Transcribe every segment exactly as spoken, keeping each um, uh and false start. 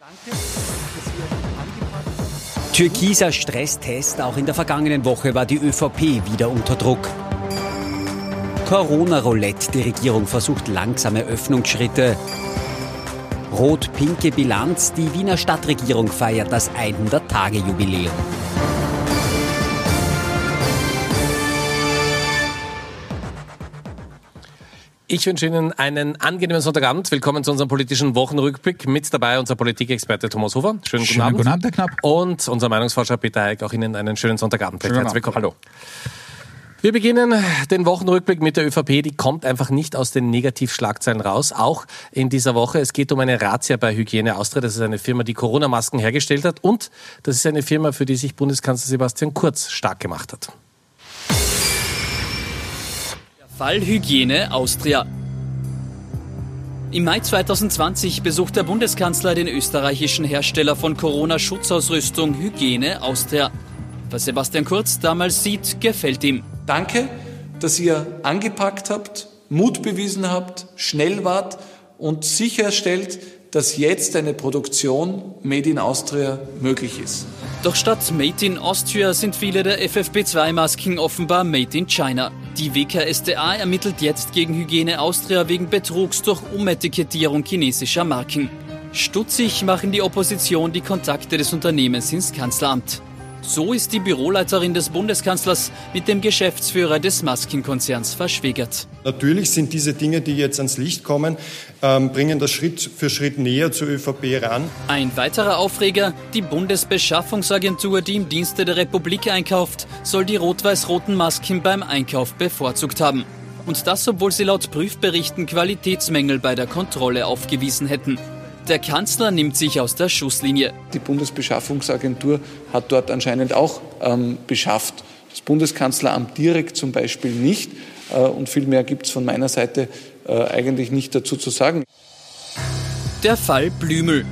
Türkiser Stresstest. Auch in der vergangenen Woche war die ÖVP wieder unter Druck. Corona-Roulette. Die Regierung versucht langsame Öffnungsschritte. Rot-pinke Bilanz. Die Wiener Stadtregierung feiert das hundert-Tage-Jubiläum. Ich wünsche Ihnen einen angenehmen Sonntagabend. Willkommen zu unserem politischen Wochenrückblick. Mit dabei unser Politikexperte Thomas Hofer. Schönen guten Schönen Abend. Guten Abend, Herr Knapp. Und unser Meinungsforscher Peter Heik. Auch Ihnen einen schönen Sonntagabend. Schönen Herzlich willkommen. Hallo. Wir beginnen den Wochenrückblick mit der ÖVP. Die kommt einfach nicht aus den Negativschlagzeilen raus. Auch in dieser Woche. Es geht um eine Razzia bei Hygiene Austria. Das ist eine Firma, die Corona-Masken hergestellt hat. Und das ist eine Firma, für die sich Bundeskanzler Sebastian Kurz stark gemacht hat. Fall Hygiene Austria. Im Mai zweitausendzwanzig besucht der Bundeskanzler den österreichischen Hersteller von Corona-Schutzausrüstung Hygiene Austria. Was Sebastian Kurz damals sieht, gefällt ihm. Danke, dass ihr angepackt habt, Mut bewiesen habt, schnell wart und sicherstellt, dass jetzt eine Produktion Made in Austria möglich ist. Doch statt Made in Austria sind viele der F F P zwei Masken offenbar Made in China. Die W K S t A ermittelt jetzt gegen Hygiene Austria wegen Betrugs durch Umetikettierung chinesischer Marken. Stutzig machen die Opposition die Kontakte des Unternehmens ins Kanzleramt. So ist die Büroleiterin des Bundeskanzlers mit dem Geschäftsführer des Maskenkonzerns verschwägert. Natürlich sind diese Dinge, die jetzt ans Licht kommen, ähm, bringen das Schritt für Schritt näher zur ÖVP ran. Ein weiterer Aufreger, die Bundesbeschaffungsagentur, die im Dienste der Republik einkauft, soll die rot-weiß-roten Masken beim Einkauf bevorzugt haben. Und das, obwohl sie laut Prüfberichten Qualitätsmängel bei der Kontrolle aufgewiesen hätten. Der Kanzler nimmt sich aus der Schusslinie. Die Bundesbeschaffungsagentur hat dort anscheinend auch ähm, beschafft. Das Bundeskanzleramt direkt zum Beispiel nicht. Äh, und viel mehr gibt es von meiner Seite äh, eigentlich nicht dazu zu sagen. Der Fall Blümel.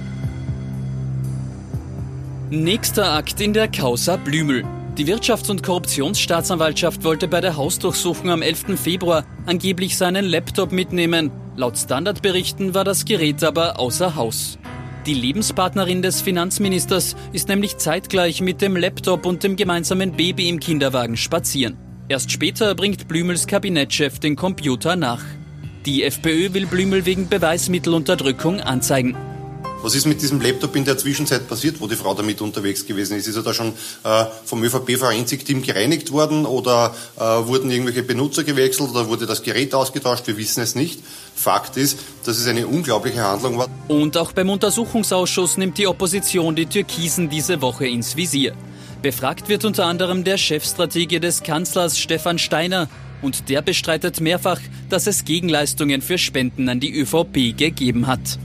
Nächster Akt in der Causa Blümel. Die Wirtschafts- und Korruptionsstaatsanwaltschaft wollte bei der Hausdurchsuchung am elften Februar angeblich seinen Laptop mitnehmen. Laut Standardberichten war das Gerät aber außer Haus. Die Lebenspartnerin des Finanzministers ist nämlich zeitgleich mit dem Laptop und dem gemeinsamen Baby im Kinderwagen spazieren. Erst später bringt Blümels Kabinettschef den Computer nach. Die FPÖ will Blümel wegen Beweismittelunterdrückung anzeigen. Was ist mit diesem Laptop in der Zwischenzeit passiert, wo die Frau damit unterwegs gewesen ist? Ist er da schon äh, vom ÖVP-Forensik-Team gereinigt worden oder äh, wurden irgendwelche Benutzer gewechselt oder wurde das Gerät ausgetauscht? Wir wissen es nicht. Fakt ist, dass es eine unglaubliche Handlung war. Und auch beim Untersuchungsausschuss nimmt die Opposition die Türkisen diese Woche ins Visier. Befragt wird unter anderem der Chefstratege des Kanzlers Stefan Steiner. Und der bestreitet mehrfach, dass es Gegenleistungen für Spenden an die ÖVP gegeben hat.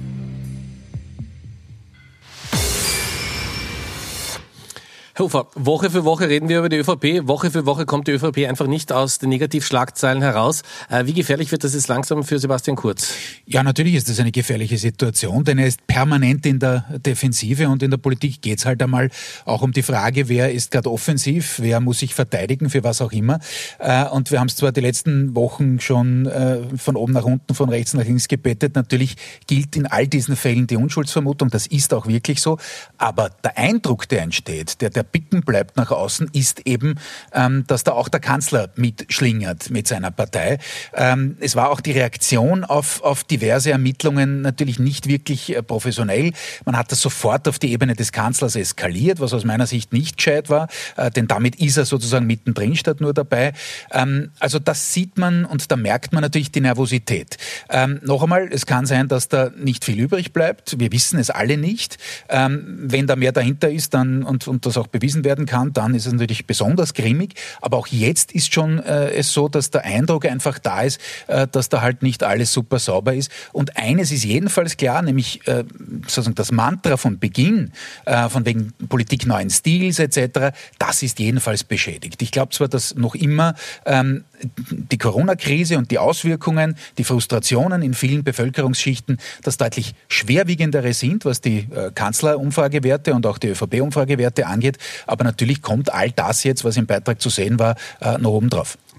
Herr Hofer, Woche für Woche reden wir über die ÖVP. Woche für Woche kommt die ÖVP einfach nicht aus den Negativschlagzeilen heraus. Wie gefährlich wird das jetzt langsam für Sebastian Kurz? Ja, natürlich ist das eine gefährliche Situation, denn er ist permanent in der Defensive und in der Politik geht es halt einmal auch um die Frage, wer ist gerade offensiv, wer muss sich verteidigen, für was auch immer. Und wir haben es zwar die letzten Wochen schon von oben nach unten, von rechts nach links gebettet. Natürlich gilt in all diesen Fällen die Unschuldsvermutung, das ist auch wirklich so. Aber der Eindruck, der entsteht, der, der Bicken bleibt nach außen, ist eben, ähm, dass da auch der Kanzler mitschlingert mit seiner Partei. Ähm, es war auch die Reaktion auf, auf diverse Ermittlungen natürlich nicht wirklich äh, professionell. Man hat das sofort auf die Ebene des Kanzlers eskaliert, was aus meiner Sicht nicht gescheit war, äh, denn damit ist er sozusagen mittendrin statt nur dabei. Ähm, also das sieht man und da merkt man natürlich die Nervosität. Ähm, noch einmal, es kann sein, dass da nicht viel übrig bleibt. Wir wissen es alle nicht. Ähm, wenn da mehr dahinter ist dann und, und das auch bewiesen werden kann, dann ist es natürlich besonders grimmig. Aber auch jetzt ist schon äh, es so, dass der Eindruck einfach da ist, äh, dass da halt nicht alles super sauber ist. Und eines ist jedenfalls klar, nämlich äh, sozusagen das Mantra von Beginn, äh, von wegen Politik neuen Stils et cetera, das ist jedenfalls beschädigt. Ich glaube zwar, dass noch immer ähm, die Corona-Krise und die Auswirkungen, die Frustrationen in vielen Bevölkerungsschichten das deutlich schwerwiegendere sind, was die äh, Kanzlerumfragewerte und auch die ÖVP-Umfragewerte angeht. Aber natürlich kommt all das jetzt, was im Beitrag zu sehen war, äh, noch oben drauf.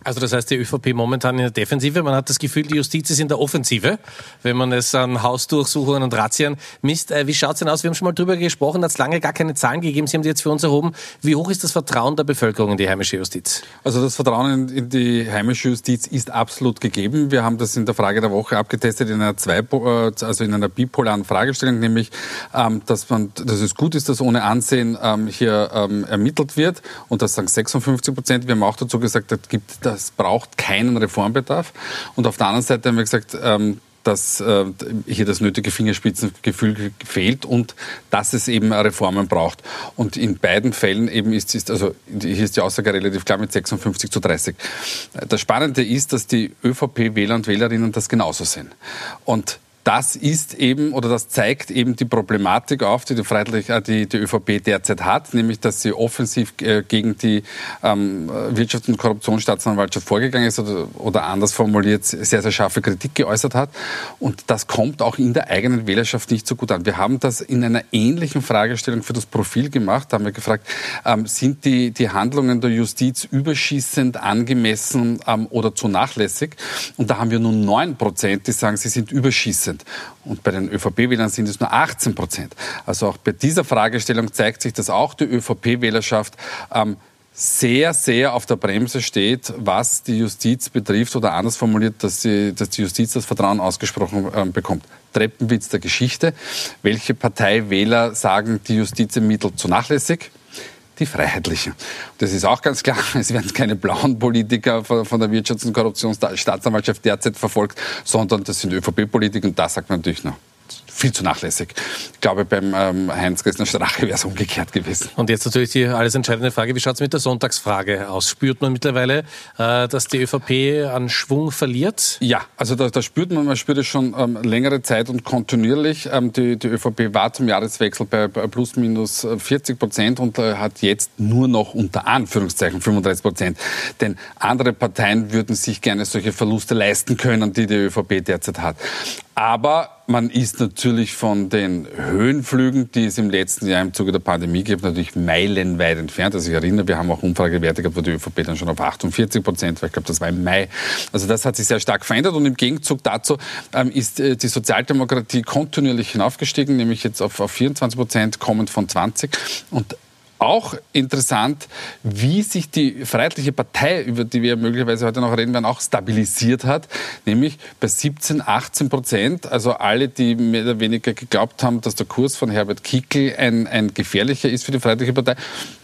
Also das heißt, die ÖVP momentan in der Defensive. Man hat das Gefühl, die Justiz ist in der Offensive, wenn man es an Hausdurchsuchungen und Razzien misst. Wie schaut es denn aus? Wir haben schon mal drüber gesprochen, hat es lange gar keine Zahlen gegeben. Sie haben die jetzt für uns erhoben. Wie hoch ist das Vertrauen der Bevölkerung in die heimische Justiz? Also das Vertrauen in die heimische Justiz ist absolut gegeben. Wir haben das in der Frage der Woche abgetestet in einer, zwei, also in einer bipolaren Fragestellung, nämlich, dass, man, dass es gut ist, dass ohne Ansehen hier ermittelt wird. Und das sagen sechsundfünfzig Prozent. Wir haben auch dazu gesagt, das gibt das Das braucht keinen Reformbedarf. Und auf der anderen Seite haben wir gesagt, ähm, dass äh, hier das nötige Fingerspitzengefühl fehlt und dass es eben Reformen braucht. Und in beiden Fällen eben ist, ist also hier ist die Aussage relativ klar mit sechsundfünfzig zu dreißig. Das Spannende ist, dass die ÖVP-Wähler und Wählerinnen das genauso sehen. Und das ist eben, oder das zeigt eben die Problematik auf, die die, Freiheitlich, äh, die, die ÖVP derzeit hat, nämlich, dass sie offensiv äh, gegen die ähm, Wirtschafts- und Korruptionsstaatsanwaltschaft vorgegangen ist oder, oder anders formuliert sehr, sehr scharfe Kritik geäußert hat. Und das kommt auch in der eigenen Wählerschaft nicht so gut an. Wir haben das in einer ähnlichen Fragestellung für das Profil gemacht. Da haben wir gefragt, ähm, sind die, die Handlungen der Justiz überschießend, angemessen ähm, oder zu nachlässig? Und da haben wir nur neun Prozent, die sagen, sie sind überschießend. Und bei den ÖVP-Wählern sind es nur achtzehn Prozent. Also auch bei dieser Fragestellung zeigt sich, dass auch die ÖVP-Wählerschaft ähm, sehr, sehr auf der Bremse steht, was die Justiz betrifft, oder anders formuliert, dass, sie, dass die Justiz das Vertrauen ausgesprochen ähm, bekommt. Treppenwitz der Geschichte. Welche Parteiwähler sagen, die Justiz ermittelt zu nachlässig? Die Freiheitlichen. Das ist auch ganz klar, es werden keine blauen Politiker von der Wirtschafts- und Korruptionsstaatsanwaltschaft derzeit verfolgt, sondern das sind ÖVP-Politiker, und das sagt man natürlich noch. Viel zu nachlässig. Ich glaube, beim ähm, Heinz-Christian Strache wäre es umgekehrt gewesen. Und jetzt natürlich die alles entscheidende Frage, wie schaut es mit der Sonntagsfrage aus? Spürt man mittlerweile, äh, dass die ÖVP an Schwung verliert? Ja, also da, da spürt man, man spürt es schon ähm, längere Zeit und kontinuierlich. Ähm, die, die ÖVP war zum Jahreswechsel bei, bei plus minus vierzig Prozent und äh, hat jetzt nur noch unter Anführungszeichen fünfunddreißig Prozent. Denn andere Parteien würden sich gerne solche Verluste leisten können, die die ÖVP derzeit hat. Aber man ist natürlich von den Höhenflügen, die es im letzten Jahr im Zuge der Pandemie gibt, natürlich meilenweit entfernt. Also ich erinnere, wir haben auch Umfragewerte gehabt, wo die ÖVP dann schon auf achtundvierzig Prozent war. Ich glaube, das war im Mai. Also das hat sich sehr stark verändert. Und im Gegenzug dazu ähm, ist äh, die Sozialdemokratie kontinuierlich hinaufgestiegen, nämlich jetzt auf, auf vierundzwanzig Prozent, kommend von zwanzig. Und auch interessant, wie sich die Freiheitliche Partei, über die wir möglicherweise heute noch reden werden, auch stabilisiert hat, nämlich bei siebzehn, achtzehn Prozent. Also alle, die mehr oder weniger geglaubt haben, dass der Kurs von Herbert Kickl ein, ein gefährlicher ist für die Freiheitliche Partei,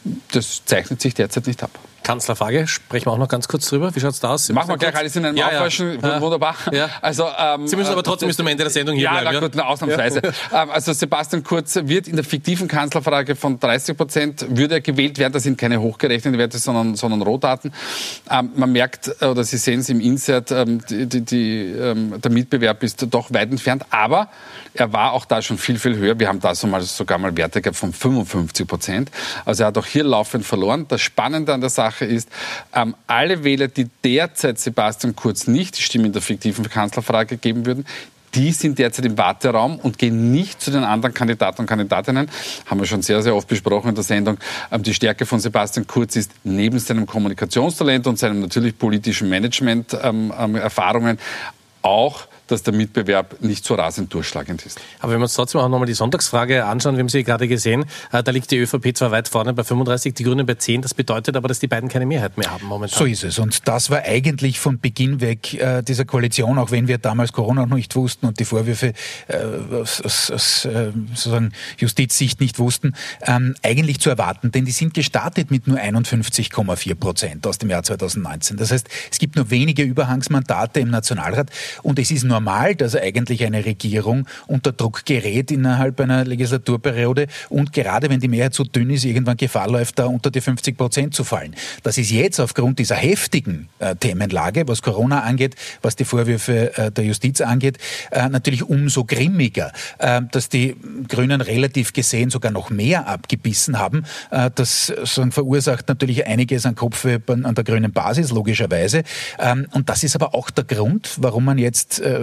das zeichnet sich derzeit nicht ab. Kanzlerfrage, sprechen wir auch noch ganz kurz drüber. Wie schaut es da aus? Machen wir gleich alles in einem ja, Aufwaschen. Ja. Wunderbar. Ja. Also, ähm, Sie müssen aber trotzdem bis zum Ende der Sendung hier ja, bleiben. Ja, gut, ausnahmsweise. Ja. Also Sebastian Kurz wird in der fiktiven Kanzlerfrage von dreißig Prozent würde er gewählt werden. Das sind keine hochgerechneten Werte, sondern, sondern Rohdaten. Ähm, man merkt, oder Sie sehen es im Insert, ähm, die, die, die, ähm, der Mitbewerb ist doch weit entfernt. Aber er war auch da schon viel, viel höher. Wir haben da so mal, sogar mal Werte gehabt von fünfundfünfzig Prozent. Also er hat auch hier laufend verloren. Das Spannende an der Sache ist, ähm, alle Wähler, die derzeit Sebastian Kurz nicht die Stimme in der fiktiven Kanzlerfrage geben würden, die sind derzeit im Warteraum und gehen nicht zu den anderen Kandidaten und Kandidatinnen. Haben wir schon sehr, sehr oft besprochen in der Sendung. Ähm, die Stärke von Sebastian Kurz ist neben seinem Kommunikationstalent und seinem natürlich politischen Management-Erfahrungen ähm, auch, dass der Mitbewerb nicht so rasend durchschlagend ist. Aber wenn wir uns trotzdem auch nochmal die Sonntagsfrage anschauen, wir haben sie gerade gesehen, da liegt die ÖVP zwar weit vorne bei fünfunddreißig, die Grünen bei zehn, das bedeutet aber, dass die beiden keine Mehrheit mehr haben momentan. So ist es, und das war eigentlich von Beginn weg äh, dieser Koalition, auch wenn wir damals Corona noch nicht wussten und die Vorwürfe äh, aus, aus, aus äh, sozusagen Justizsicht nicht wussten, ähm, eigentlich zu erwarten, denn die sind gestartet mit nur einundfünfzig Komma vier Prozent aus dem Jahr zweitausendneunzehn. Das heißt, es gibt nur wenige Überhangsmandate im Nationalrat und es ist normal, dass eigentlich eine Regierung unter Druck gerät innerhalb einer Legislaturperiode und gerade wenn die Mehrheit so dünn ist, irgendwann Gefahr läuft, da unter die fünfzig Prozent zu fallen. Das ist jetzt aufgrund dieser heftigen äh, Themenlage, was Corona angeht, was die Vorwürfe äh, der Justiz angeht, äh, natürlich umso grimmiger, äh, dass die Grünen relativ gesehen sogar noch mehr abgebissen haben. Äh, das sozusagen verursacht natürlich einiges an Kopfweh an der grünen Basis, logischerweise. Ähm, und das ist aber auch der Grund, warum man jetzt äh,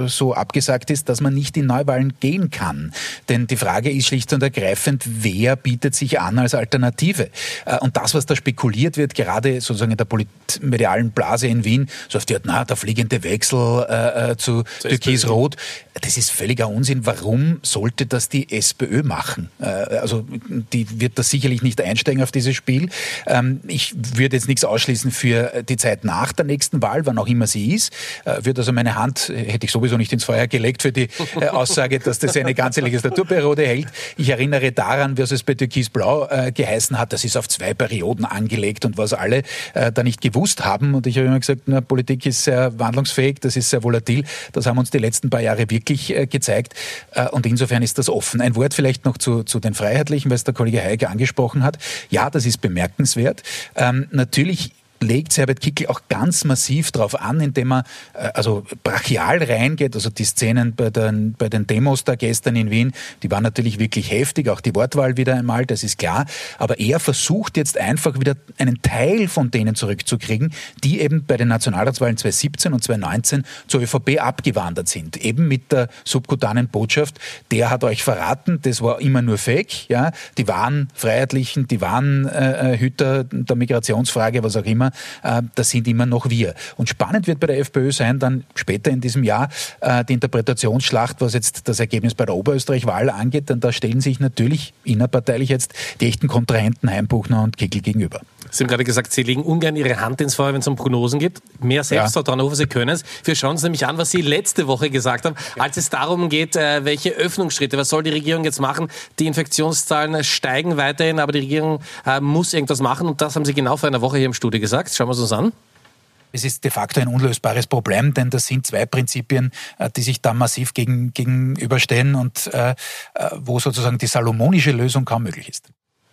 so abgesagt ist, dass man nicht in Neuwahlen gehen kann. Denn die Frage ist schlicht und ergreifend, wer bietet sich an als Alternative? Und das, was da spekuliert wird, gerade sozusagen in der politmedialen Blase in Wien, so auf die Art, na, der fliegende Wechsel äh, zu Türkis-Rot, das ist völliger Unsinn. Warum sollte das die SPÖ machen? Äh, also die wird das sicherlich nicht einsteigen auf dieses Spiel. Ähm, ich würde jetzt nichts ausschließen für die Zeit nach der nächsten Wahl, wann auch immer sie ist. Äh, würde also meine Hand, hätte ich sowieso nicht ins Feuer gelegt für die äh, Aussage, dass das eine ganze Legislaturperiode hält. Ich erinnere daran, was es bei Türkis-Blau äh, geheißen hat, das ist auf zwei Perioden angelegt und was alle äh, da nicht gewusst haben. Und ich habe immer gesagt, na, Politik ist sehr wandlungsfähig, das ist sehr volatil. Das haben uns die letzten paar Jahre wirklich äh, gezeigt. Äh, und insofern ist das offen. Ein Wort vielleicht noch zu, zu den Freiheitlichen, weil es der Kollege Hayek angesprochen hat. Ja, das ist bemerkenswert. Ähm, natürlich legt Herbert Kickl auch ganz massiv darauf an, indem er äh, also brachial reingeht. Also die Szenen bei den, bei den Demos da gestern in Wien, die waren natürlich wirklich heftig, auch die Wortwahl wieder einmal, das ist klar. Aber er versucht jetzt einfach wieder einen Teil von denen zurückzukriegen, die eben bei den Nationalratswahlen zwanzig siebzehn und zwanzig neunzehn zur ÖVP abgewandert sind. Eben mit der subkutanen Botschaft, der hat euch verraten, das war immer nur Fake. Ja? Die wahren Freiheitlichen, die wahren äh, Hüter der Migrationsfrage, was auch immer, das sind immer noch wir. Und spannend wird bei der FPÖ sein, dann später in diesem Jahr die Interpretationsschlacht, was jetzt das Ergebnis bei der Oberösterreich-Wahl angeht, denn da stellen sich natürlich innerparteilich jetzt die echten Kontrahenten Heimbuchner und Kickl gegenüber. Sie haben gerade gesagt, Sie legen ungern Ihre Hand ins Feuer, wenn es um Prognosen geht. Mehr Selbstvertrauen, ja. Sie können es. Wir schauen uns nämlich an, was Sie letzte Woche gesagt haben, als es darum geht, welche Öffnungsschritte, was soll die Regierung jetzt machen? Die Infektionszahlen steigen weiterhin, aber die Regierung muss irgendwas machen und das haben Sie genau vor einer Woche hier im Studio gesagt. Schauen wir es uns an. Es ist de facto ein unlösbares Problem, denn das sind zwei Prinzipien, die sich da massiv gegen, gegenüberstehen und äh, wo sozusagen die salomonische Lösung kaum möglich ist.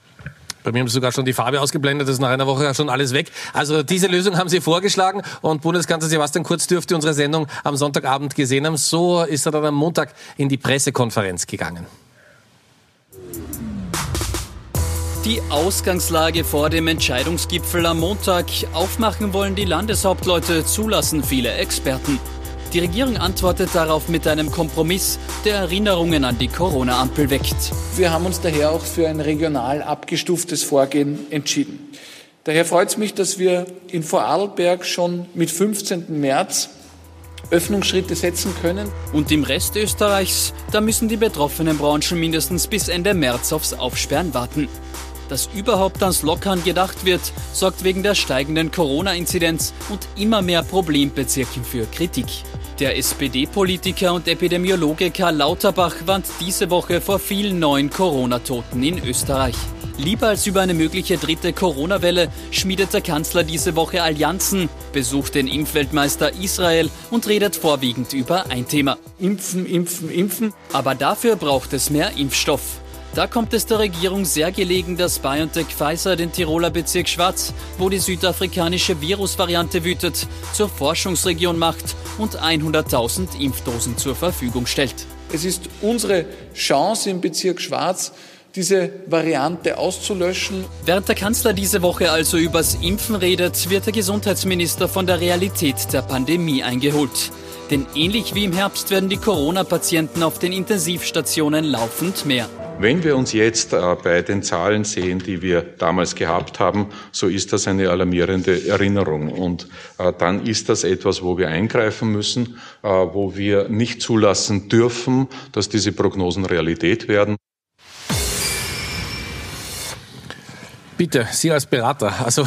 Bei mir haben Sie sogar schon die Farbe ausgeblendet, das ist nach einer Woche schon alles weg. Also diese Lösung haben Sie vorgeschlagen und Bundeskanzler Sebastian Kurz dürfte unsere Sendung am Sonntagabend gesehen haben. So ist er dann am Montag in die Pressekonferenz gegangen. Die Ausgangslage vor dem Entscheidungsgipfel am Montag. Aufmachen wollen die Landeshauptleute, zulassen viele Experten. Die Regierung antwortet darauf mit einem Kompromiss, der Erinnerungen an die Corona-Ampel weckt. Wir haben uns daher auch für ein regional abgestuftes Vorgehen entschieden. Daher freut es mich, dass wir in Vorarlberg schon mit fünfzehnten März Öffnungsschritte setzen können. Und im Rest Österreichs, da müssen die betroffenen Branchen mindestens bis Ende März aufs Aufsperren warten. Dass überhaupt ans Lockern gedacht wird, sorgt wegen der steigenden Corona-Inzidenz und immer mehr Problembezirken für Kritik. Der S P D-Politiker und Epidemiologe Karl Lauterbach warnt diese Woche vor vielen neuen Corona-Toten in Österreich. Lieber als über eine mögliche dritte Corona-Welle schmiedet der Kanzler diese Woche Allianzen, besucht den Impfweltmeister Israel und redet vorwiegend über ein Thema. Impfen, impfen, impfen. Aber dafür braucht es mehr Impfstoff. Da kommt es der Regierung sehr gelegen, dass BioNTech Pfizer den Tiroler Bezirk Schwarz, wo die südafrikanische Virusvariante wütet, zur Forschungsregion macht und hunderttausend Impfdosen zur Verfügung stellt. Es ist unsere Chance im Bezirk Schwarz, diese Variante auszulöschen. Während der Kanzler diese Woche also übers Impfen redet, wird der Gesundheitsminister von der Realität der Pandemie eingeholt. Denn ähnlich wie im Herbst werden die Corona-Patienten auf den Intensivstationen laufend mehr. Wenn wir uns jetzt äh, bei den Zahlen sehen, die wir damals gehabt haben, so ist das eine alarmierende Erinnerung. Und äh, dann ist das etwas, wo wir eingreifen müssen, äh, wo wir nicht zulassen dürfen, dass diese Prognosen Realität werden. Bitte, Sie als Berater. Also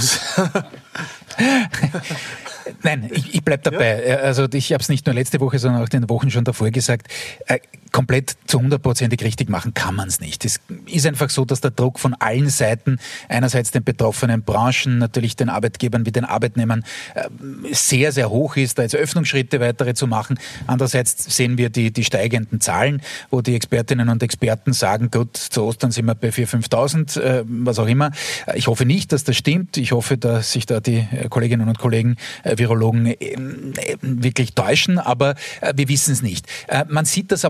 Nein, ich, ich bleibe dabei. Ja. Also ich habe es nicht nur letzte Woche, sondern auch in den Wochen schon davor gesagt. Äh, komplett zu hundertprozentig richtig machen kann man es nicht. Es ist einfach so, dass der Druck von allen Seiten, einerseits den betroffenen Branchen, natürlich den Arbeitgebern wie den Arbeitnehmern, äh, sehr, sehr hoch ist, da jetzt Öffnungsschritte weitere zu machen. Andererseits sehen wir die, die steigenden Zahlen, wo die Expertinnen und Experten sagen, gut, zu Ostern sind wir bei viertausend, fünftausend, äh, was auch immer. Ich hoffe nicht, dass das stimmt. Ich hoffe, dass sich da die Kolleginnen und Kollegen äh, Virologen äh, wirklich täuschen, aber äh, wir wissen es nicht. Äh, man sieht das aber auch im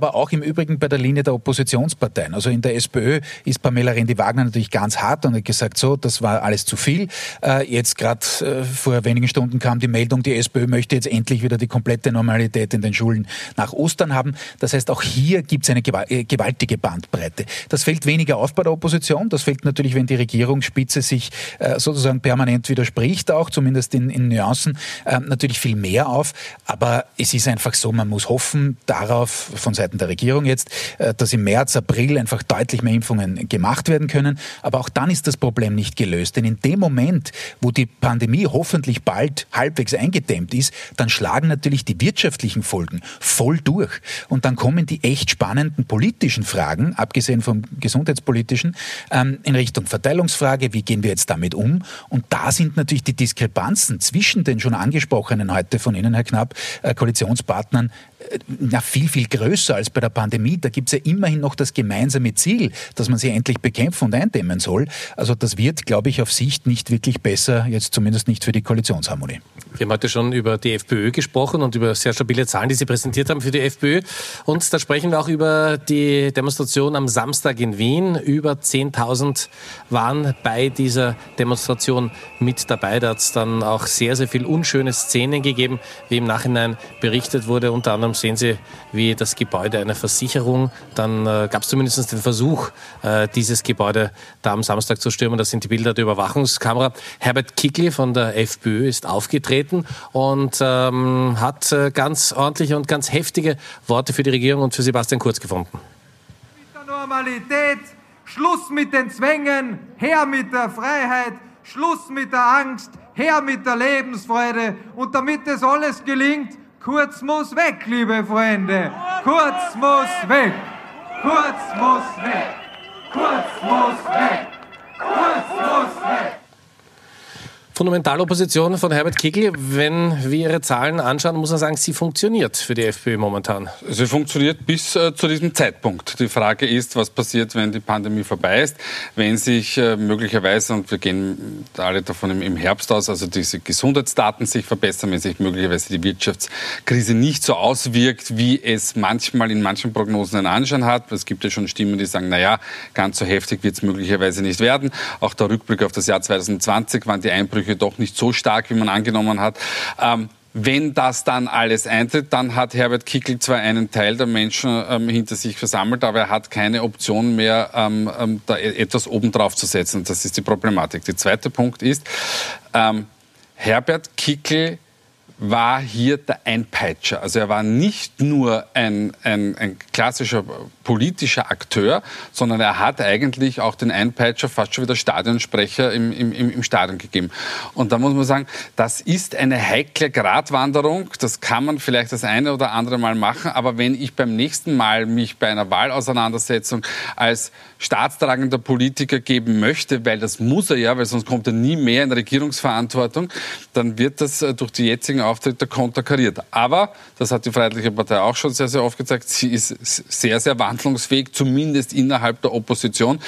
Übrigen bei der Linie der Oppositionsparteien. Also in der SPÖ ist Pamela Rendi-Wagner natürlich ganz hart und hat gesagt, so, das war alles zu viel. Äh, jetzt gerade äh, vor wenigen Stunden kam die Meldung, die SPÖ möchte jetzt endlich wieder die komplette Normalität in den Schulen nach Ostern haben. Das heißt, auch hier gibt es eine gewaltige Bandbreite. Das fällt weniger auf bei der Opposition. Das fällt natürlich, wenn die Regierungsspitze sich äh, sozusagen permanent widerspricht, auch zumindest in, in Nuancen, äh, natürlich viel mehr auf. Aber es ist einfach so, man muss hoffen darauf, von Seiten der Regierung jetzt, äh, dass im März, April einfach deutlich mehr Impfungen gemacht werden können. Aber auch dann ist das Problem nicht gelöst. Denn in dem Moment, wo die Pandemie hoffentlich bald halbwegs eingedämmt ist, dann schlagen natürlich die wirtschaftlichen Folgen voll durch. Und dann kommen die echt spannenden politischen Fragen, abgesehen vom gesundheitspolitischen, ähm, in Richtung Verteilungsfrage, wie gehen wir jetzt damit um? Und da sind natürlich die Diskrepanzen zwischen den schon angesprochenen heute von Ihnen, Herr Knapp, äh, Koalitionspartnern, äh, na, viel, viel größer als bei der Pandemie. Da gibt es ja immerhin noch das gemeinsame Ziel, dass man sie endlich bekämpfen und eindämmen soll. Also das wird, glaube ich, auf Sicht nicht wirklich besser, jetzt zumindest nicht für die Koalitionsharmonie. Wir haben heute schon über die FPÖ gesprochen und über sehr stabile Zahlen, die Sie präsentiert haben für die FPÖ. Und da sprechen wir auch über die Demonstration am Samstag in Wien. Über zehntausend waren bei dieser Demonstration mit dabei. Da hat es dann auch sehr, sehr viel unschöne Szenen gegeben, wie im Nachhinein berichtet wurde. Unter anderem sehen Sie, wie das Gebäude einer Versicherung, dann äh, gab es zumindest den Versuch, äh, dieses Gebäude da am Samstag zu stürmen. Das sind die Bilder der Überwachungskamera. Herbert Kickl von der FPÖ ist aufgetreten und ähm, hat äh, ganz ordentliche und ganz heftige Worte für die Regierung und für Sebastian Kurz gefunden. Mit der Normalität, Schluss mit den Zwängen, her mit der Freiheit, Schluss mit der Angst, her mit der Lebensfreude. Und damit das alles gelingt, Kurz muss weg, liebe Freunde. Kurz muss weg. Kurz muss weg. Kurz muss weg. Kurz muss weg. Fundamentalopposition von Herbert Kickl, wenn wir Ihre Zahlen anschauen, muss man sagen, sie funktioniert für die FPÖ momentan. Sie funktioniert bis äh, zu diesem Zeitpunkt. Die Frage ist, was passiert, wenn die Pandemie vorbei ist, wenn sich äh, möglicherweise, und wir gehen alle davon im, im Herbst aus, also diese Gesundheitsdaten sich verbessern, wenn sich möglicherweise die Wirtschaftskrise nicht so auswirkt, wie es manchmal in manchen Prognosen einen Anschein hat. Es gibt ja schon Stimmen, die sagen, naja, ganz so heftig wird es möglicherweise nicht werden. Auch der Rückblick auf das Jahr zwanzig zwanzig waren die Einbrüche doch nicht so stark, wie man angenommen hat. Ähm, wenn das dann alles eintritt, dann hat Herbert Kickl zwar einen Teil der Menschen ähm, hinter sich versammelt, aber er hat keine Option mehr, ähm, ähm, da etwas obendrauf zu setzen. Das ist die Problematik. Der zweite Punkt ist, ähm, Herbert Kickl war hier der Einpeitscher. Also er war nicht nur ein, ein, ein klassischer politischer Akteur, sondern er hat eigentlich auch den Einpeitscher, fast schon wieder Stadionsprecher im, im, im Stadion gegeben. Und da muss man sagen, das ist eine heikle Gratwanderung. Das kann man vielleicht das eine oder andere Mal machen, aber wenn ich beim nächsten Mal mich bei einer Wahlauseinandersetzung als staatstragender Politiker geben möchte, weil das muss er ja, weil sonst kommt er nie mehr in Regierungsverantwortung, dann wird das durch die jetzigen Auftritte konterkariert. Aber, das hat die Freiheitliche Partei auch schon sehr, sehr oft gezeigt, sie ist sehr, sehr wandlungsfähig, zumindest innerhalb der Opposition.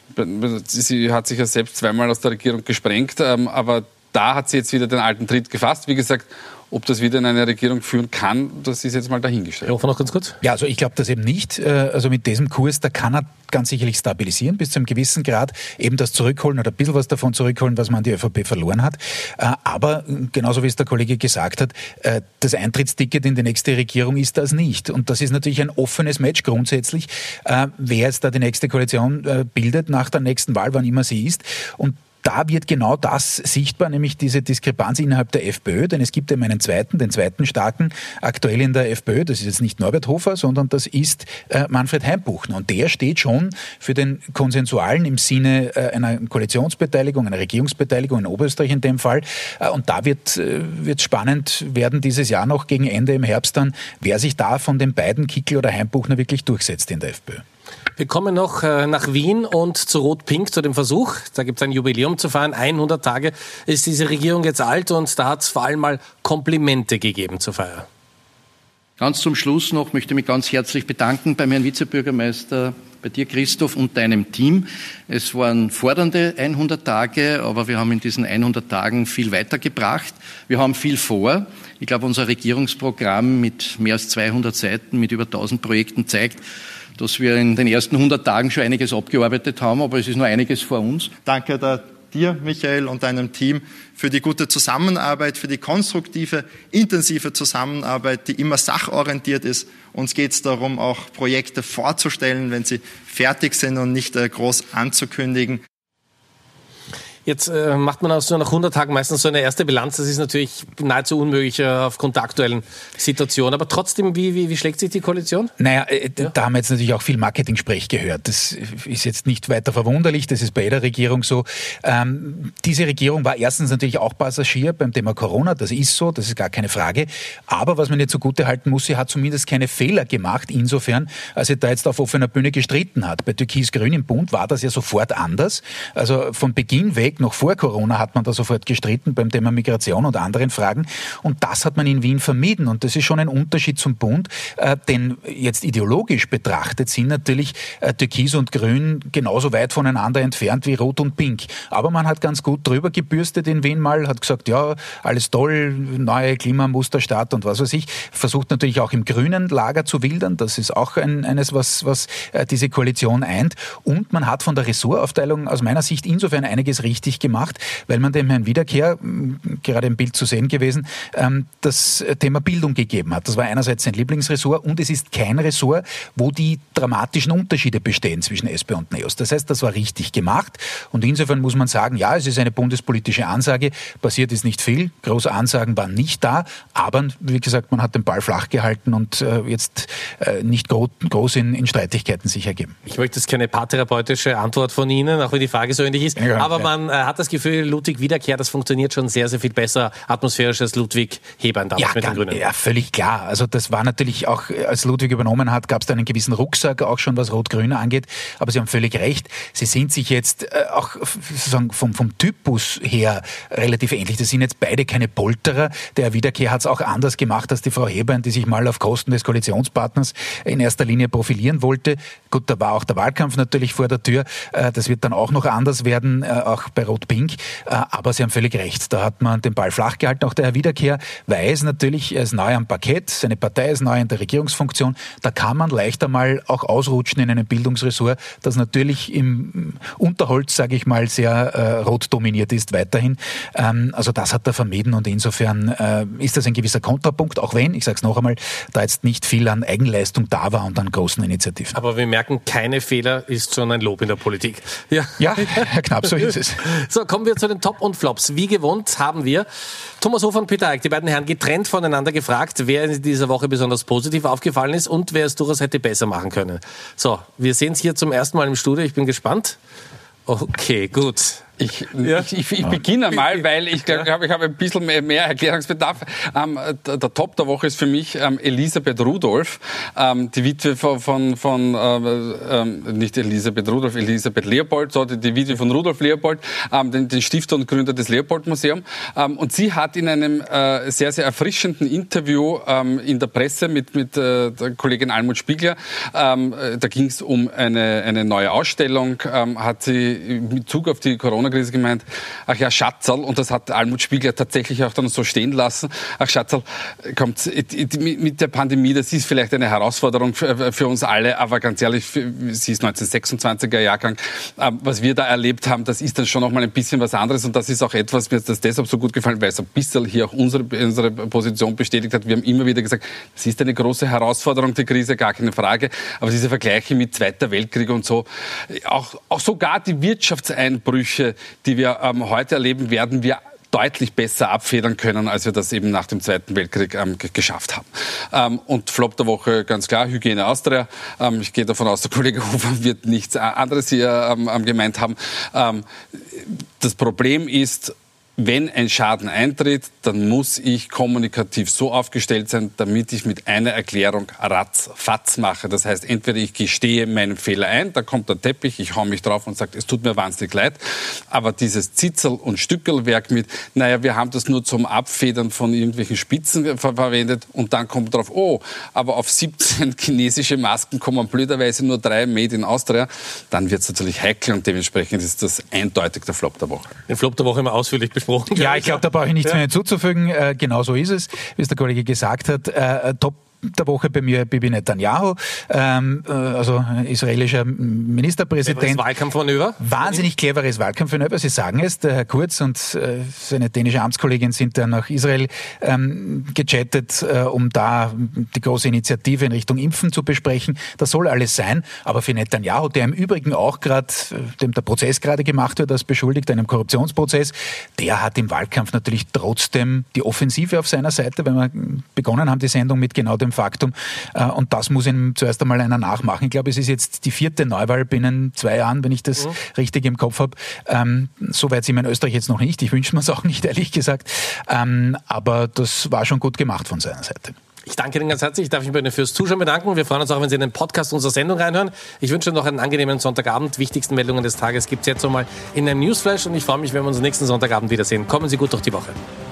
Sie hat sich ja selbst zweimal aus der Regierung gesprengt, aber da hat sie jetzt wieder den alten Tritt gefasst. Wie gesagt, ob das wieder in eine Regierung führen kann, das ist jetzt mal dahingestellt. Herr Hofer, noch ganz kurz. Ja, also ich glaube das eben nicht. Also mit diesem Kurs, da kann er ganz sicherlich stabilisieren bis zu einem gewissen Grad, eben das zurückholen oder ein bisschen was davon zurückholen, was man an die ÖVP verloren hat. Aber genauso wie es der Kollege gesagt hat, das Eintrittsticket in die nächste Regierung ist das nicht. Und das ist natürlich ein offenes Match grundsätzlich, wer jetzt da die nächste Koalition bildet nach der nächsten Wahl, wann immer sie ist. Und da wird genau das sichtbar, nämlich diese Diskrepanz innerhalb der FPÖ, denn es gibt eben einen zweiten, den zweiten starken aktuell in der FPÖ, das ist jetzt nicht Norbert Hofer, sondern das ist äh, Manfred Heimbuchner und der steht schon für den Konsensualen im Sinne äh, einer Koalitionsbeteiligung, einer Regierungsbeteiligung in Oberösterreich in dem Fall äh, und da wird äh, wird spannend werden dieses Jahr noch gegen Ende im Herbst dann, wer sich da von den beiden, Kickl oder Heimbuchner, wirklich durchsetzt in der FPÖ. Wir kommen noch äh, nach Wien und zu Rot-Pink, zu dem Versuch. Da gibt es ein Jubiläum zu feiern. hundert Tage ist diese Regierung jetzt alt und da hat es vor allem mal Komplimente gegeben zur Feier. Ganz zum Schluss noch möchte ich mich ganz herzlich bedanken beim Herrn Vizebürgermeister, bei dir Christoph und deinem Team. Es waren fordernde hundert Tage, aber wir haben in diesen hundert Tagen viel weitergebracht. Wir haben viel vor. Ich glaube, unser Regierungsprogramm mit mehr als zweihundert Seiten, mit über tausend Projekten zeigt, dass wir in den ersten hundert Tagen schon einiges abgearbeitet haben, aber es ist noch einiges vor uns. Danke der dir, Michael, und deinem Team für die gute Zusammenarbeit, für die konstruktive, intensive Zusammenarbeit, die immer sachorientiert ist. Uns geht es darum, auch Projekte vorzustellen, wenn sie fertig sind und nicht äh, groß anzukündigen. Jetzt äh, macht man aus so nach hundert Tagen meistens so eine erste Bilanz. Das ist natürlich nahezu unmöglich äh, aufgrund der aktuellen Situation. Aber trotzdem, wie, wie, wie schlägt sich die Koalition? Naja, äh, ja. da haben wir jetzt natürlich auch viel Marketing-Sprech gehört. Das ist jetzt nicht weiter verwunderlich. Das ist bei jeder Regierung so. Ähm, diese Regierung war erstens natürlich auch Passagier beim Thema Corona. Das ist so, das ist gar keine Frage. Aber was man ihr zugute halten muss, sie hat zumindest keine Fehler gemacht. Insofern, als sie da jetzt auf offener Bühne gestritten hat. Bei Türkis-Grün im Bund war das ja sofort anders. Also von Beginn weg, noch vor Corona hat man da sofort gestritten beim Thema Migration und anderen Fragen. Und das hat man in Wien vermieden. Und das ist schon ein Unterschied zum Bund. Äh, denn jetzt ideologisch betrachtet sind natürlich äh, Türkis und Grün genauso weit voneinander entfernt wie Rot und Pink. Aber man hat ganz gut drüber gebürstet in Wien mal, hat gesagt, ja, alles toll, neue Klimamusterstadt und was weiß ich. Versucht natürlich auch im grünen Lager zu wildern. Das ist auch ein, eines, was, was äh, diese Koalition eint. Und man hat von der Ressortaufteilung aus meiner Sicht insofern einiges richtig gemacht, weil man dem Herrn Wiederkehr, gerade im Bild zu sehen gewesen, das Thema Bildung gegeben hat. Das war einerseits sein Lieblingsressort und es ist kein Ressort, wo die dramatischen Unterschiede bestehen zwischen S P und NEOS. Das heißt, das war richtig gemacht und insofern muss man sagen, ja, es ist eine bundespolitische Ansage, passiert ist nicht viel, große Ansagen waren nicht da, aber wie gesagt, man hat den Ball flach gehalten und jetzt nicht groß in, in Streitigkeiten sich ergeben. Ich möchte jetzt keine paartherapeutische Antwort von Ihnen, auch wenn die Frage so ähnlich ist, ja, aber ja. man hat das Gefühl, Ludwig Wiederkehr, das funktioniert schon sehr, sehr viel besser atmosphärisch als Ludwig Hebern damals ja, mit ganz, den Grünen. Ja, völlig klar. Also das war natürlich auch, als Ludwig übernommen hat, gab es da einen gewissen Rucksack, auch schon was Rot-Grün angeht. Aber Sie haben völlig recht. Sie sind sich jetzt äh, auch sozusagen vom, vom Typus her relativ ähnlich. Das sind jetzt beide keine Polterer. Der Herr Wiederkehr hat es auch anders gemacht als die Frau Hebern, die sich mal auf Kosten des Koalitionspartners in erster Linie profilieren wollte. Gut, da war auch der Wahlkampf natürlich vor der Tür. Äh, das wird dann auch noch anders werden, äh, auch bei Rot-Pink. Aber Sie haben völlig recht. Da hat man den Ball flach gehalten. Auch der Herr Wiederkehr weiß natürlich, er ist neu am Parkett, seine Partei ist neu in der Regierungsfunktion. Da kann man leichter mal auch ausrutschen in einem Bildungsressort, das natürlich im Unterholz, sage ich mal, sehr äh, rot dominiert ist weiterhin. Ähm, also das hat er vermieden und insofern äh, ist das ein gewisser Kontrapunkt, auch wenn, ich sage es noch einmal, da jetzt nicht viel an Eigenleistung da war und an großen Initiativen. Aber wir merken, keine Fehler ist schon ein Lob in der Politik. Ja, ja Herr Knapp, so ist es. So, kommen wir zu den Top und Flops. Wie gewohnt haben wir Thomas Hofer und Peter Eick, die beiden Herren, getrennt voneinander gefragt, wer in dieser Woche besonders positiv aufgefallen ist und wer es durchaus hätte besser machen können. So, wir sehen es hier zum ersten Mal im Studio. Ich bin gespannt. Okay, gut. Ich, ja. ich, ich, ich beginne mal, weil ich glaube, ja. ich habe ein bisschen mehr, mehr Erklärungsbedarf. Ähm, der, der Top der Woche ist für mich ähm, Elisabeth Rudolph, ähm, die Witwe von, von, von äh, nicht Elisabeth Rudolph, Elisabeth Leopold, sondern die Witwe von Rudolf Leopold, ähm, den, den Stifter und Gründer des Leopold-Museums. Ähm, und sie hat in einem äh, sehr, sehr erfrischenden Interview ähm, in der Presse mit, mit äh, der Kollegin Almut Spiegler, ähm, da ging es um eine, eine neue Ausstellung, ähm, hat sie in Bezug auf die Corona Krise gemeint, ach ja, Schatzerl, und das hat Almut Spiegler tatsächlich auch dann so stehen lassen, ach Schatzerl, kommt mit der Pandemie, das ist vielleicht eine Herausforderung für, für uns alle, aber ganz ehrlich, sie ist neunzehnhundertsechsundzwanziger Jahrgang, was wir da erlebt haben, das ist dann schon noch mal ein bisschen was anderes und das ist auch etwas, mir ist das deshalb so gut gefallen, weil es ein bisschen hier auch unsere, unsere Position bestätigt hat. Wir haben immer wieder gesagt, das ist eine große Herausforderung, die Krise, gar keine Frage, aber diese Vergleiche mit Zweiter Weltkrieg und so, auch, auch sogar die Wirtschaftseinbrüche, die wir ähm, heute erleben, werden wir deutlich besser abfedern können, als wir das eben nach dem Zweiten Weltkrieg ähm, g- geschafft haben. Ähm, und Flop der Woche ganz klar, Hygiene Austria. Ähm, ich gehe davon aus, der Kollege Hofer wird nichts anderes hier ähm, gemeint haben. Ähm, das Problem ist, wenn ein Schaden eintritt, dann muss ich kommunikativ so aufgestellt sein, damit ich mit einer Erklärung ratzfatz mache. Das heißt, entweder ich gestehe meinen Fehler ein, da kommt der Teppich, ich hau mich drauf und sage, es tut mir wahnsinnig leid. Aber dieses Zitzel- und Stückelwerk mit, naja, wir haben das nur zum Abfedern von irgendwelchen Spitzen ver- verwendet und dann kommt drauf, oh, aber auf siebzehn chinesische Masken kommen blöderweise nur drei Made in Austria, dann wird es natürlich heikel und dementsprechend ist das eindeutig der Flop der Woche. Den Flop der Woche immer ausführlich besprochen. Ja, ich glaube, da brauche ich nichts ja. mehr hinzuzufügen. Äh, genau so ist es, wie es der Kollege gesagt hat. Äh, top der Woche bei mir Bibi Netanyahu, ähm, also israelischer Ministerpräsident. Cleveres Wahlkampfmanöver. Wahnsinnig cleveres Wahlkampfmanöver. Sie sagen es, der Herr Kurz und äh, seine dänische Amtskollegin sind dann nach Israel ähm, gechattet, äh, um da die große Initiative in Richtung Impfen zu besprechen. Das soll alles sein. Aber für Netanyahu, der im Übrigen auch gerade, dem der Prozess gerade gemacht wird als Beschuldigter, einem Korruptionsprozess, der hat im Wahlkampf natürlich trotzdem die Offensive auf seiner Seite, weil wir begonnen haben, die Sendung mit genau dem Faktum. Äh, und das muss ihm zuerst einmal einer nachmachen. Ich glaube, es ist jetzt die vierte Neuwahl binnen zwei Jahren, wenn ich das mhm. richtig im Kopf habe. Ähm, so weit sind wir in Österreich jetzt noch nicht. Ich wünsche mir es auch nicht, ehrlich gesagt. Ähm, aber das war schon gut gemacht von seiner Seite. Ich danke Ihnen ganz herzlich. Ich darf mich bei Ihnen fürs Zuschauen bedanken. Wir freuen uns auch, wenn Sie in den Podcast unserer Sendung reinhören. Ich wünsche Ihnen noch einen angenehmen Sonntagabend. Wichtigsten Meldungen des Tages gibt es jetzt nochmal in einem Newsflash. Und ich freue mich, wenn wir uns nächsten Sonntagabend wiedersehen. Kommen Sie gut durch die Woche.